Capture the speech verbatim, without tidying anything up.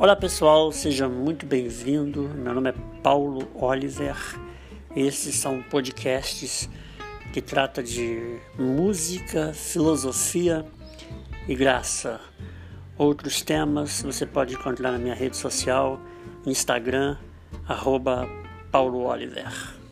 Olá pessoal, seja muito bem-vindo. Meu nome é Paulo Oliver. Esses são podcasts que tratam de música, filosofia e graça. Outros temas você pode encontrar na minha rede social, Instagram, arroba Paulo Oliver.